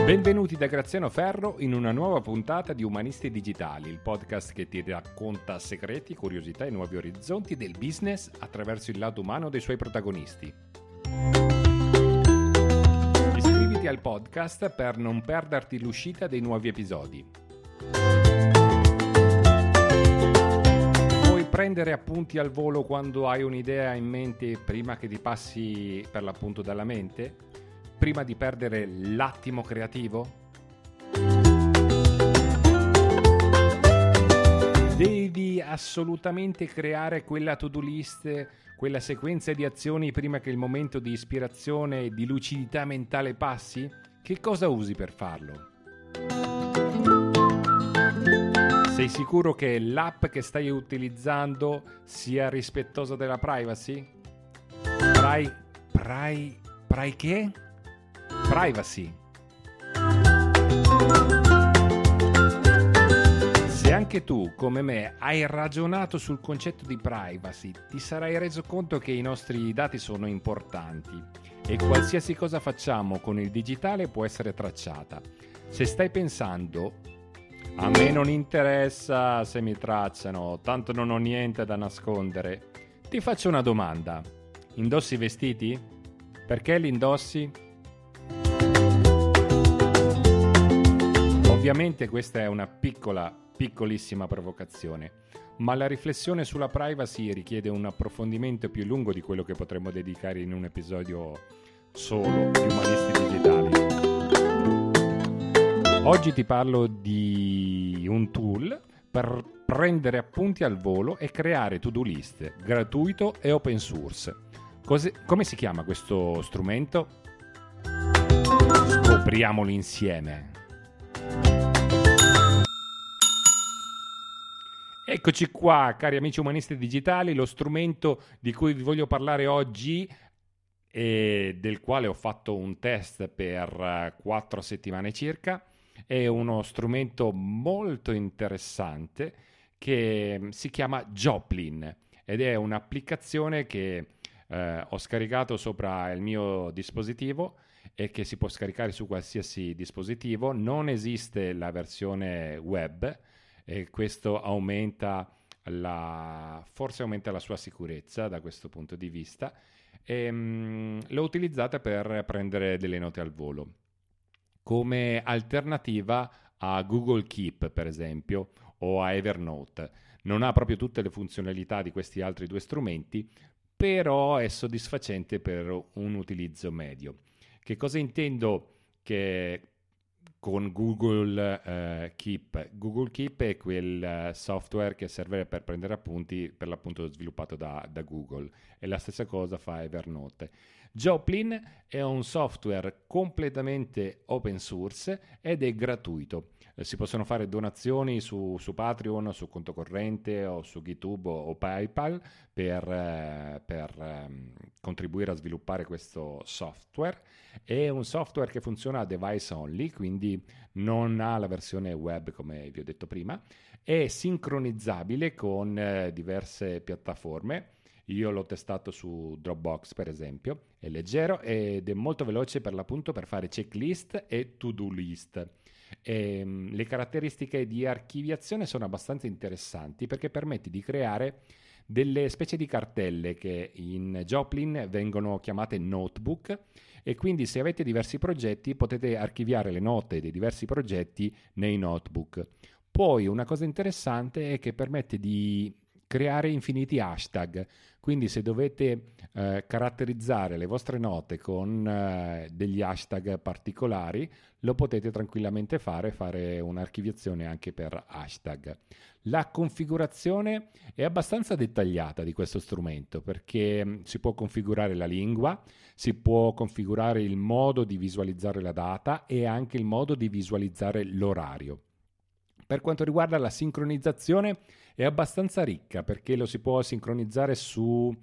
Benvenuti da Graziano Ferro in una nuova puntata di Umanisti Digitali, il podcast che ti racconta segreti, curiosità e nuovi orizzonti del business attraverso il lato umano dei suoi protagonisti. Iscriviti al podcast per non perderti l'uscita dei nuovi episodi. Puoi prendere appunti al volo quando hai un'idea in mente prima che ti passi per l'appunto dalla mente? Prima di perdere l'attimo creativo? Devi assolutamente creare quella to-do list, quella sequenza di azioni prima che il momento di ispirazione e di lucidità mentale passi? Che cosa usi per farlo? Sei sicuro che l'app che stai utilizzando sia rispettosa della privacy? Che? Privacy. Se anche tu, come me, hai ragionato sul concetto di privacy, ti sarai reso conto che i nostri dati sono importanti e qualsiasi cosa facciamo con il digitale può essere tracciata. Se stai pensando, a me non interessa se mi tracciano, tanto non ho niente da nascondere, ti faccio una domanda. Indossi i vestiti? Perché li indossi? Ovviamente questa è una piccolissima provocazione, ma la riflessione sulla privacy richiede un approfondimento più lungo di quello che potremmo dedicare in un episodio solo di Umanisti Digitali. Oggi ti parlo di un tool per prendere appunti al volo e creare to-do list, gratuito e open source. Come si chiama questo strumento? Scopriamolo insieme. Eccoci qua, cari amici umanisti digitali, lo strumento di cui vi voglio parlare oggi e del quale ho fatto un test per 4 settimane circa, è uno strumento molto interessante che si chiama Joplin ed è un'applicazione che ho scaricato sopra il mio dispositivo e che si può scaricare su qualsiasi dispositivo. Non esiste la versione web e questo forse aumenta la sua sicurezza da questo punto di vista. L'ho utilizzata per prendere delle note al volo come alternativa a Google Keep, per esempio, o a Evernote. Non ha proprio tutte le funzionalità di questi altri due strumenti, però è soddisfacente per un utilizzo medio. Che cosa intendo con Google Keep? Google Keep è quel software che serve per prendere appunti, per l'appunto sviluppato da Google, e la stessa cosa fa Evernote. Joplin è un software completamente open source ed è gratuito. Si possono fare donazioni su Patreon, su conto corrente o su GitHub o PayPal per contribuire a sviluppare questo software. È un software che funziona a device only, quindi non ha la versione web come vi ho detto prima, è sincronizzabile con diverse piattaforme. Io l'ho testato su Dropbox, per esempio, è leggero ed è molto veloce per l'appunto per fare checklist e to-do list. Le caratteristiche di archiviazione sono abbastanza interessanti perché permette di creare delle specie di cartelle che in Joplin vengono chiamate notebook, e quindi se avete diversi progetti potete archiviare le note dei diversi progetti nei notebook. Poi una cosa interessante è che permette di creare infiniti hashtag, quindi se dovete caratterizzare le vostre note con degli hashtag particolari, lo potete tranquillamente fare un'archiviazione anche per hashtag. La configurazione è abbastanza dettagliata di questo strumento perché si può configurare la lingua, si può configurare il modo di visualizzare la data e anche il modo di visualizzare l'orario. Per quanto riguarda la sincronizzazione è abbastanza ricca perché lo si può sincronizzare su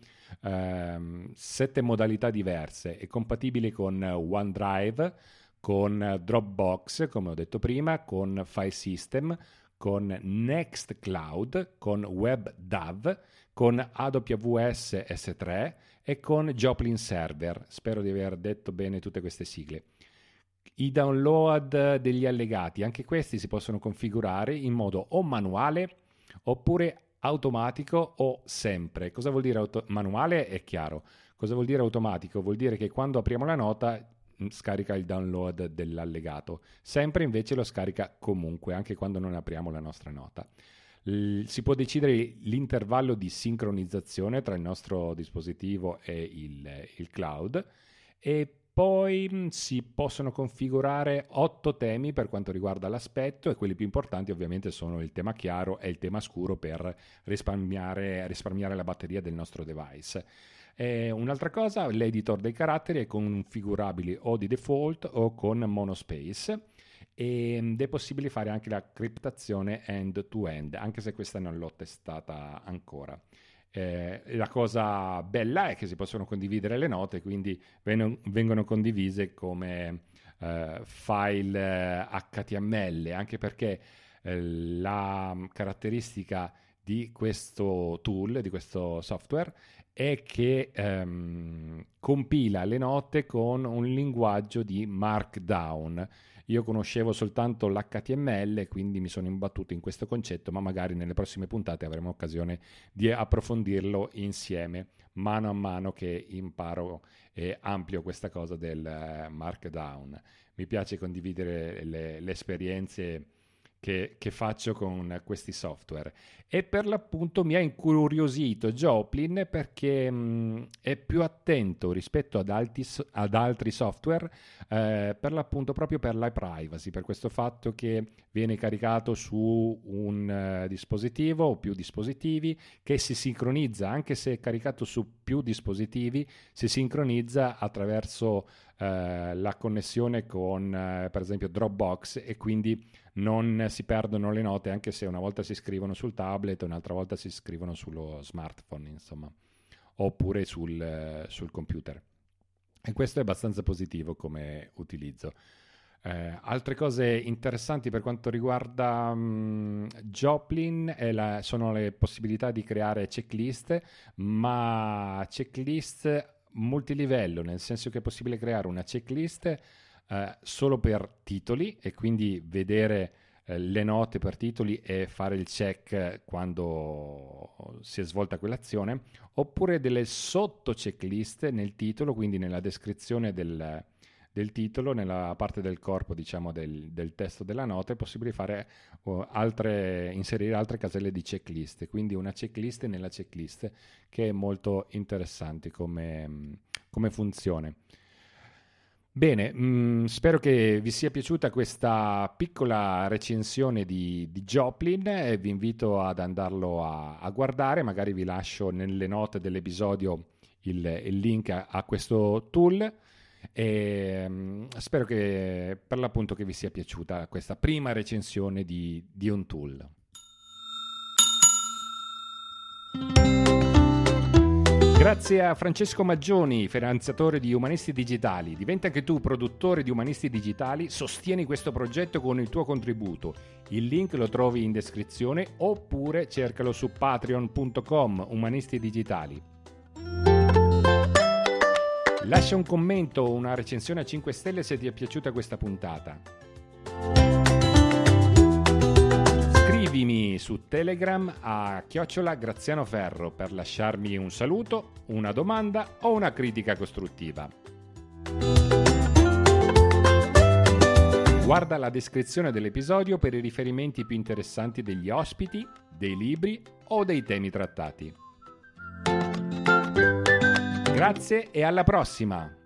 7 modalità diverse. È compatibile con OneDrive, con Dropbox, come ho detto prima, con File System, con Nextcloud, con WebDAV, con AWS S3 e con Joplin Server. Spero di aver detto bene tutte queste sigle. I download degli allegati, anche questi si possono configurare in modo o manuale oppure automatico o sempre. Cosa vuol dire manuale? È chiaro. Cosa vuol dire automatico? Vuol dire che quando apriamo la nota scarica il download dell'allegato. Sempre invece lo scarica comunque, anche quando non apriamo la nostra nota. Si può decidere l'intervallo di sincronizzazione tra il nostro dispositivo e il cloud, e poi si possono configurare 8 temi per quanto riguarda l'aspetto, e quelli più importanti ovviamente sono il tema chiaro e il tema scuro per risparmiare la batteria del nostro device. Un'altra cosa, l'editor dei caratteri è configurabile o di default o con monospace, ed è possibile fare anche la criptazione end-to-end, anche se questa non l'ho testata ancora. La cosa bella è che si possono condividere le note, quindi vengono condivise come file HTML, anche perché la caratteristica di questo tool, di questo software, è che compila le note con un linguaggio di Markdown. Io conoscevo soltanto l'HTML, quindi mi sono imbattuto in questo concetto, ma magari nelle prossime puntate avremo occasione di approfondirlo insieme, mano a mano che imparo e amplio questa cosa del Markdown. Mi piace condividere le esperienze che faccio con questi software, e per l'appunto mi ha incuriosito Joplin perché è più attento rispetto ad altri software, per l'appunto proprio per la privacy, per questo fatto che viene caricato su un dispositivo o più dispositivi, che si sincronizza, anche se è caricato su più dispositivi, si sincronizza attraverso la connessione con per esempio Dropbox, e quindi non si perdono le note, anche se una volta si scrivono sul tablet, un'altra volta si scrivono sullo smartphone, insomma, oppure sul computer. E questo è abbastanza positivo come utilizzo. Altre cose interessanti per quanto riguarda Joplin sono le possibilità di creare checklist, ma checklist multilivello, nel senso che è possibile creare una checklist solo per titoli, e quindi vedere le note per titoli e fare il check quando si è svolta quell'azione, oppure delle sotto checklist nel titolo, quindi nella descrizione del titolo, nella parte del corpo, diciamo, del testo della nota. È possibile fare inserire altre caselle di checklist, quindi una checklist nella checklist, che è molto interessante come funzione. Bene, spero che vi sia piaciuta questa piccola recensione di Joplin, e vi invito ad andarlo a guardare. Magari vi lascio nelle note dell'episodio il link a questo tool, e spero che per l'appunto che vi sia piaciuta questa prima recensione di un tool. Grazie a Francesco Maggioni, finanziatore di Umanisti Digitali. Diventa anche tu produttore di Umanisti Digitali, sostieni questo progetto con il tuo contributo. Il link lo trovi in descrizione, oppure cercalo su patreon.com Umanisti Digitali. Lascia un commento o una recensione a 5 stelle se ti è piaciuta questa puntata. Scrivimi su Telegram a @GrazianoFerro per lasciarmi un saluto, una domanda o una critica costruttiva. Guarda la descrizione dell'episodio per i riferimenti più interessanti degli ospiti, dei libri o dei temi trattati. Grazie e alla prossima!